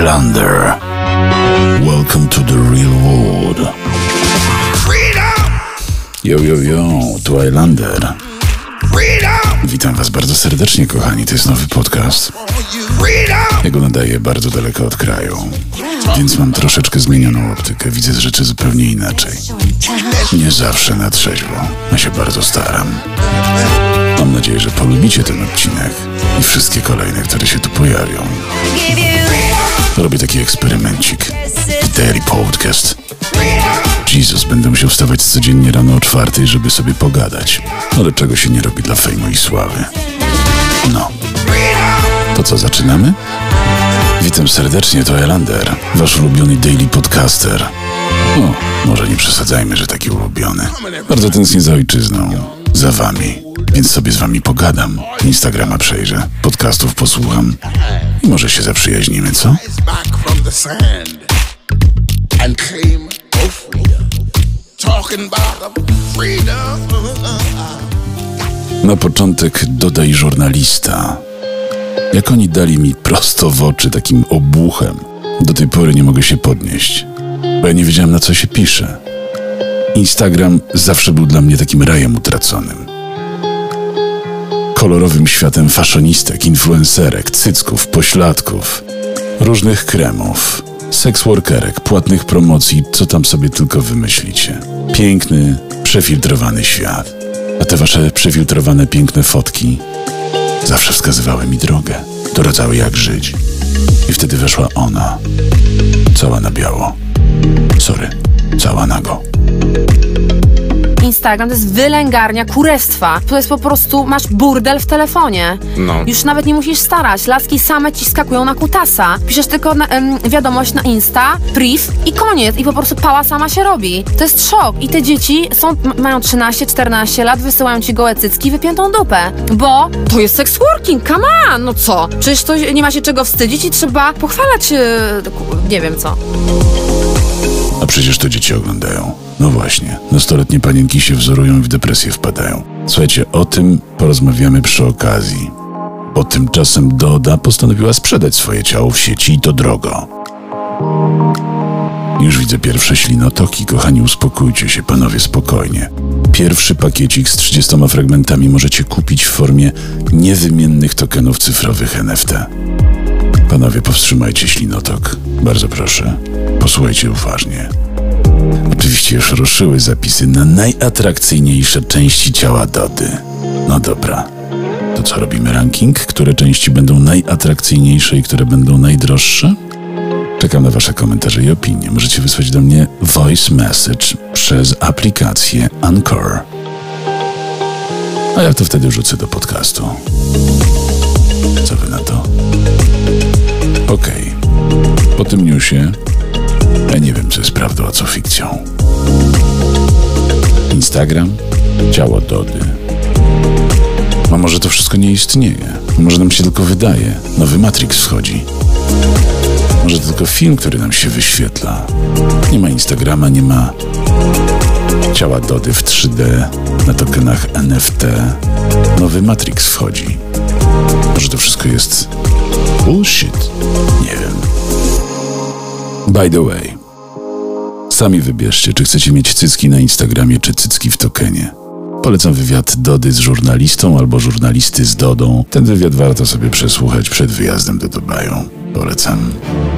Islander. Welcome to the real world. Yo, yo, yo, tu Islander. Witam was bardzo serdecznie, kochani. To jest nowy podcast. Ja go nadaję bardzo daleko od kraju, więc mam troszeczkę zmienioną optykę. Widzę rzeczy zupełnie inaczej. Nie zawsze na trzeźwo. Ja się bardzo staram. Mam nadzieję, że polubicie ten odcinek i wszystkie kolejne, które się tu pojawią. Robię taki eksperymencik. Daily Podcast. Jezus, będę musiał wstawać codziennie rano o 4:00, żeby sobie pogadać. Ale czego się nie robi dla fejmu i sławy. No. To co, zaczynamy? Witam serdecznie, to Islander, wasz ulubiony daily podcaster. O, może nie przesadzajmy, że taki ulubiony. Bardzo tęsknię za ojczyzną, za wami, więc sobie z wami pogadam. Instagrama przejrzę, podcastów posłucham i może się zaprzyjaźnimy, co? Na początek dodaj żurnalista. Jak oni dali mi prosto w oczy takim obuchem, do tej pory nie mogę się podnieść, bo ja nie wiedziałem, na co się pisze. Instagram zawsze był dla mnie takim rajem utraconym. Kolorowym światem faszonistek, influencerek, cycków, pośladków, różnych kremów, seksworkerek, płatnych promocji, co tam sobie tylko wymyślicie. Piękny, przefiltrowany świat. A te wasze przefiltrowane, piękne fotki zawsze wskazywały mi drogę, doradzały jak żyć. I wtedy weszła ona, cała na biało. Sorry, cała nago. Instagram to jest wylęgarnia kurestwa. To jest po prostu, masz burdel w telefonie. No. Już nawet nie musisz starać. Laski same ci skakują na kutasa. Piszesz tylko wiadomość na Insta, priv i koniec. I po prostu pała sama się robi. To jest szok. I te dzieci mają 13-14 lat, wysyłają ci gołe cycki, wypiętą dupę. Bo to jest sex working, come on, no co? Przecież to nie ma się czego wstydzić i trzeba pochwalać, nie wiem co. A przecież to dzieci oglądają. No właśnie, nastoletnie panienki się wzorują i w depresję wpadają. Słuchajcie, o tym porozmawiamy przy okazji. Bo tymczasem Doda postanowiła sprzedać swoje ciało w sieci i to drogo. Już widzę pierwsze ślinotoki, kochani, uspokójcie się, panowie, spokojnie. Pierwszy pakiecik z 30 fragmentami możecie kupić w formie niewymiennych tokenów cyfrowych NFT. Panowie, powstrzymajcie ślinotok. Bardzo proszę. Posłuchajcie uważnie. Oczywiście już ruszyły zapisy na najatrakcyjniejsze części ciała Dody. No dobra. To co, robimy ranking? Które części będą najatrakcyjniejsze i które będą najdroższe? Czekam na wasze komentarze i opinie. Możecie wysłać do mnie voice message przez aplikację Anchor. A ja to wtedy wrzucę do podcastu. Co wy na to? Okej. Po tym newsie ja nie wiem, co jest prawdą, a co fikcją. Instagram, ciało Dody. A może to wszystko nie istnieje? Może nam się tylko wydaje. Nowy Matrix wschodzi. Może to tylko film, który nam się wyświetla. Nie ma Instagrama, nie ma ciała Dody w 3D na tokenach NFT. Nowy Matrix wchodzi. Może to wszystko jest bullshit? Nie wiem. By the way, sami wybierzcie, czy chcecie mieć cycki na Instagramie, czy cycki w tokenie. Polecam wywiad Dody z żurnalistą albo żurnalisty z Dodą. Ten wywiad warto sobie przesłuchać przed wyjazdem do Dubaju. Polecam.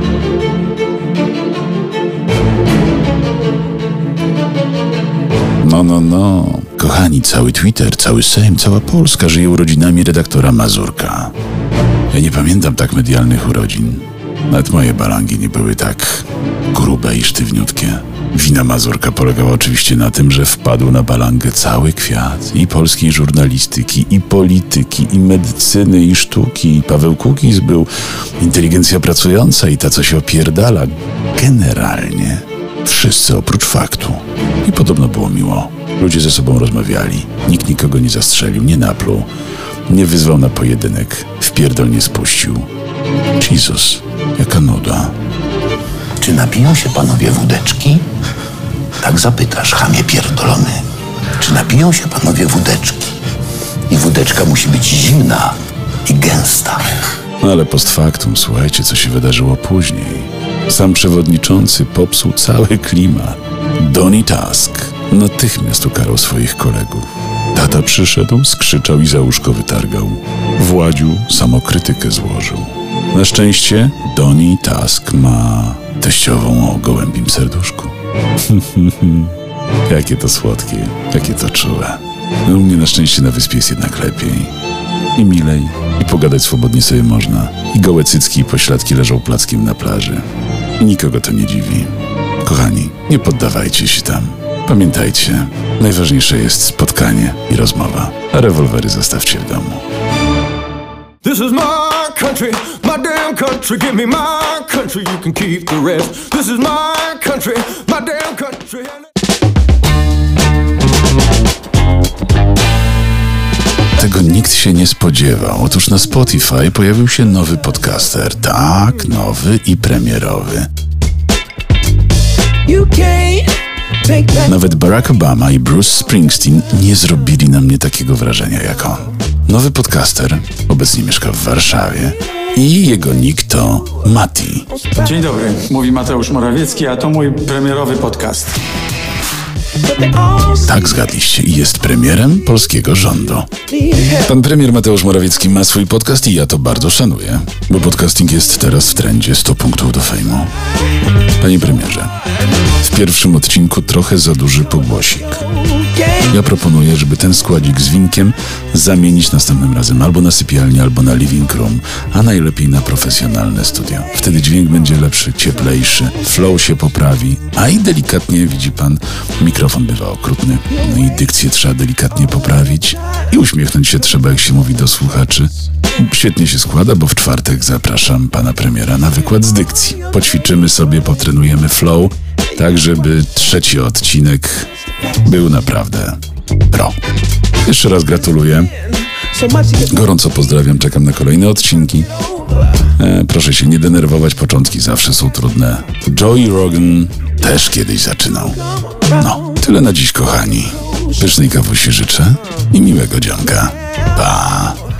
No. Kochani, cały Twitter, cały Sejm, cała Polska żyje urodzinami redaktora Mazurka. Ja nie pamiętam tak medialnych urodzin. Nawet moje balangi nie były tak grube i sztywniutkie. Wina Mazurka polegała oczywiście na tym, że wpadł na balangę cały kwiat i polskiej żurnalistyki, i polityki, i medycyny, i sztuki. Paweł Kukiz był inteligencja pracująca i ta, co się opierdala. Generalnie wszyscy oprócz faktu. I podobno było miło. Ludzie ze sobą rozmawiali. Nikt nikogo nie zastrzelił, nie napluł, nie wyzwał na pojedynek, w pierdol nie spuścił. Jezus, jaka nuda. Czy napiją się panowie wódeczki? Tak zapytasz, chamie pierdolony. Czy napiją się panowie wódeczki? I wódeczka musi być zimna i gęsta. No ale post factum, słuchajcie, co się wydarzyło później. Sam przewodniczący popsuł cały klimat. Donnie Tusk natychmiast ukarał swoich kolegów. Tata przyszedł, skrzyczał i za łóżko wytargał. Władziu samokrytykę złożył. Na szczęście Donnie Tusk ma teściową o gołębim serduszku. Jakie to słodkie, jakie to czułe. No, u mnie na szczęście na wyspie jest jednak lepiej. I milej, i pogadać swobodnie sobie można. I gołe cycki i pośladki leżą plackiem na plaży. I nikogo to nie dziwi. Kochani, nie poddawajcie się tam. Pamiętajcie, najważniejsze jest spotkanie i rozmowa, a rewolwery zostawcie w domu. This is my country, my damn country. Give me my country, you can keep the rest. This is my country, my damn country. Tego nikt się nie spodziewał. Otóż na Spotify pojawił się nowy podcaster. Tak, nowy i premierowy. Nawet Barack Obama i Bruce Springsteen nie zrobili na mnie takiego wrażenia jak on. Nowy podcaster obecnie mieszka w Warszawie i jego nick to Mati. Dzień dobry, mówi Mateusz Morawiecki, a to mój premierowy podcast. Tak, zgadliście, i jest premierem polskiego rządu. Pan premier Mateusz Morawiecki ma swój podcast i ja to bardzo szanuję, bo podcasting jest teraz w trendzie 100 punktów do fejmu. Panie premierze, w pierwszym odcinku trochę za duży pogłosik. Ja proponuję, żeby ten składzik z winkiem zamienić następnym razem albo na sypialnię, albo na living room, a najlepiej na profesjonalne studio. Wtedy dźwięk będzie lepszy, cieplejszy, flow się poprawi, a i delikatnie, widzi pan, mikrofon bywa okrutny, no i dykcję trzeba delikatnie poprawić i uśmiechnąć się trzeba, jak się mówi do słuchaczy. Świetnie się składa, bo w czwartek zapraszam pana premiera na wykład z dykcji. Poćwiczymy sobie, potrenujemy flow, tak żeby trzeci odcinek był naprawdę pro. Jeszcze raz gratuluję. Gorąco pozdrawiam, czekam na kolejne odcinki. Proszę się nie denerwować, początki zawsze są trudne. Joey Rogan też kiedyś zaczynał. No, tyle na dziś, kochani. Pysznej kawusi życzę i miłego dzionka. Pa!